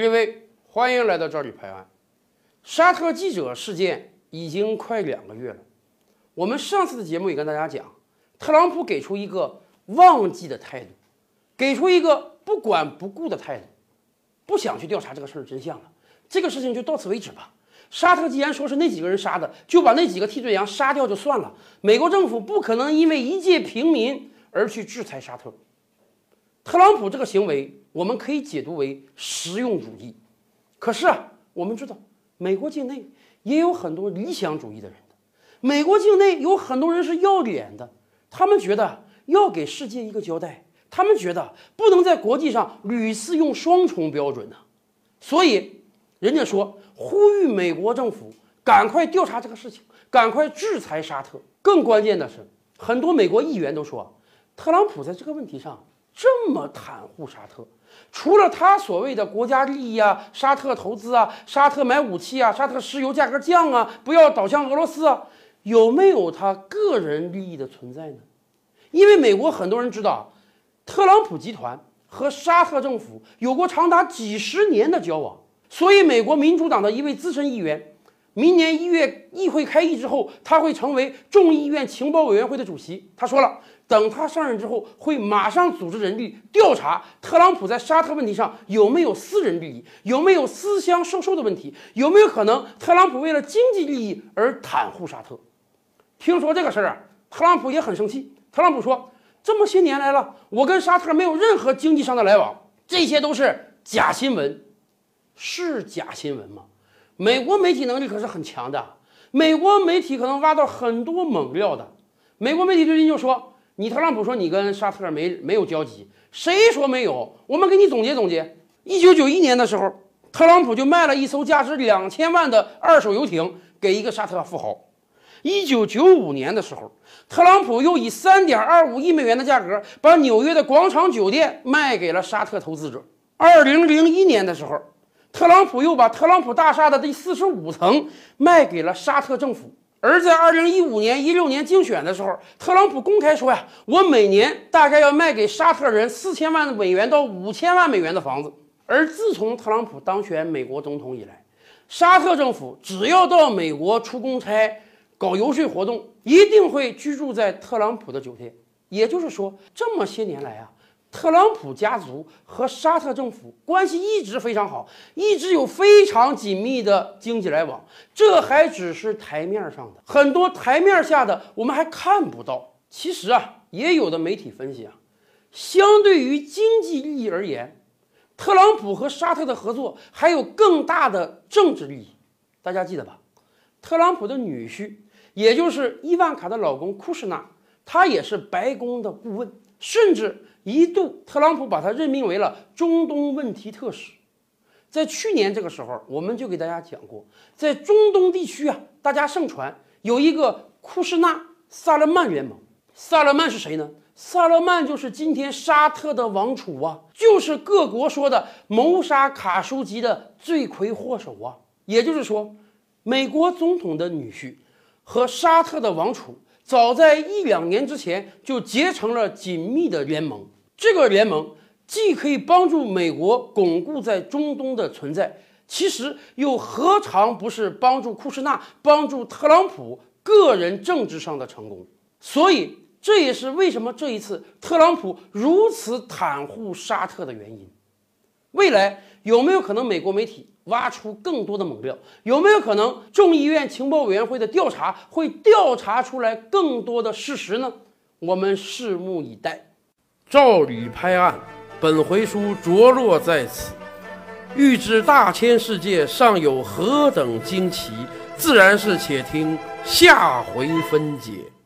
各位，欢迎来到这里拍案。沙特记者事件已经快2个月了。我们上次的节目也跟大家讲，特朗普给出一个忘记的态度，给出一个不管不顾的态度，不想去调查这个事儿真相了。这个事情就到此为止吧。沙特既然说是那几个人杀的，就把那几个替罪羊杀掉就算了。美国政府不可能因为一介平民而去制裁沙特。特朗普这个行为，我们可以解读为实用主义。可是啊，我们知道，美国境内也有很多理想主义的人的，美国境内有很多人是要脸的，他们觉得要给世界一个交代，他们觉得不能在国际上屡次用双重标准呢。所以，人家说呼吁美国政府赶快调查这个事情，赶快制裁沙特。更关键的是，很多美国议员都说，特朗普在这个问题上这么袒护沙特，除了他所谓的国家利益啊、沙特投资啊、沙特买武器啊、沙特石油价格降啊、不要倒向俄罗斯啊，有没有他个人利益的存在呢？因为美国很多人知道，特朗普集团和沙特政府有过长达几十年的交往，所以美国民主党的一位资深议员，明年1月议会开议之后，他会成为众议院情报委员会的主席。他说了，等他上任之后，会马上组织人力调查特朗普在沙特问题上有没有私人利益，有没有私相授受的问题，有没有可能特朗普为了经济利益而袒护沙特。听说这个事儿啊，特朗普也很生气。特朗普说，这么些年来了，我跟沙特没有任何经济上的来往，这些都是假新闻。是假新闻吗？美国媒体能力可是很强的，美国媒体可能挖到很多猛料的。美国媒体最近就说，你特朗普说你跟沙特没有交集，谁说没有？我们给你总结总结。1991年的时候，特朗普就卖了一艘价值2000万的二手游艇给一个沙特富豪。1995年的时候，特朗普又以3.25亿美元的价格把纽约的广场酒店卖给了沙特投资者。2001年的时候，特朗普又把特朗普大厦的第45层卖给了沙特政府。而在2015年、16年竞选的时候，特朗普公开说呀，我每年大概要卖给沙特人4000万美元到5000万美元的房子。而自从特朗普当选美国总统以来，沙特政府只要到美国出公差、搞游说活动，一定会居住在特朗普的酒店。也就是说，这么些年来啊，特朗普家族和沙特政府关系一直非常好，一直有非常紧密的经济来往。这还只是台面上的，很多台面下的我们还看不到。其实啊，也有的媒体分析啊，相对于经济利益而言，特朗普和沙特的合作还有更大的政治利益。大家记得吧？特朗普的女婿，也就是伊万卡的老公库什纳，他也是白宫的顾问，甚至一度特朗普把他任命为了中东问题特使。在去年这个时候，我们就给大家讲过，在中东地区啊，大家盛传有一个库什纳萨勒曼联盟。萨勒曼是谁呢？萨勒曼就是今天沙特的王储啊，就是各国说的谋杀卡舒吉的罪魁祸首啊。也就是说，美国总统的女婿和沙特的王储早在1-2年之前就结成了紧密的联盟。这个联盟既可以帮助美国巩固在中东的存在，其实又何尝不是帮助库什纳、帮助特朗普个人政治上的成功？所以这也是为什么这一次特朗普如此袒护沙特的原因。未来有没有可能美国媒体挖出更多的猛料？有没有可能众议院情报委员会的调查会调查出来更多的事实呢？我们拭目以待。照理拍案，本回书着落在此。欲知大千世界尚有何等惊奇，自然是且听下回分解。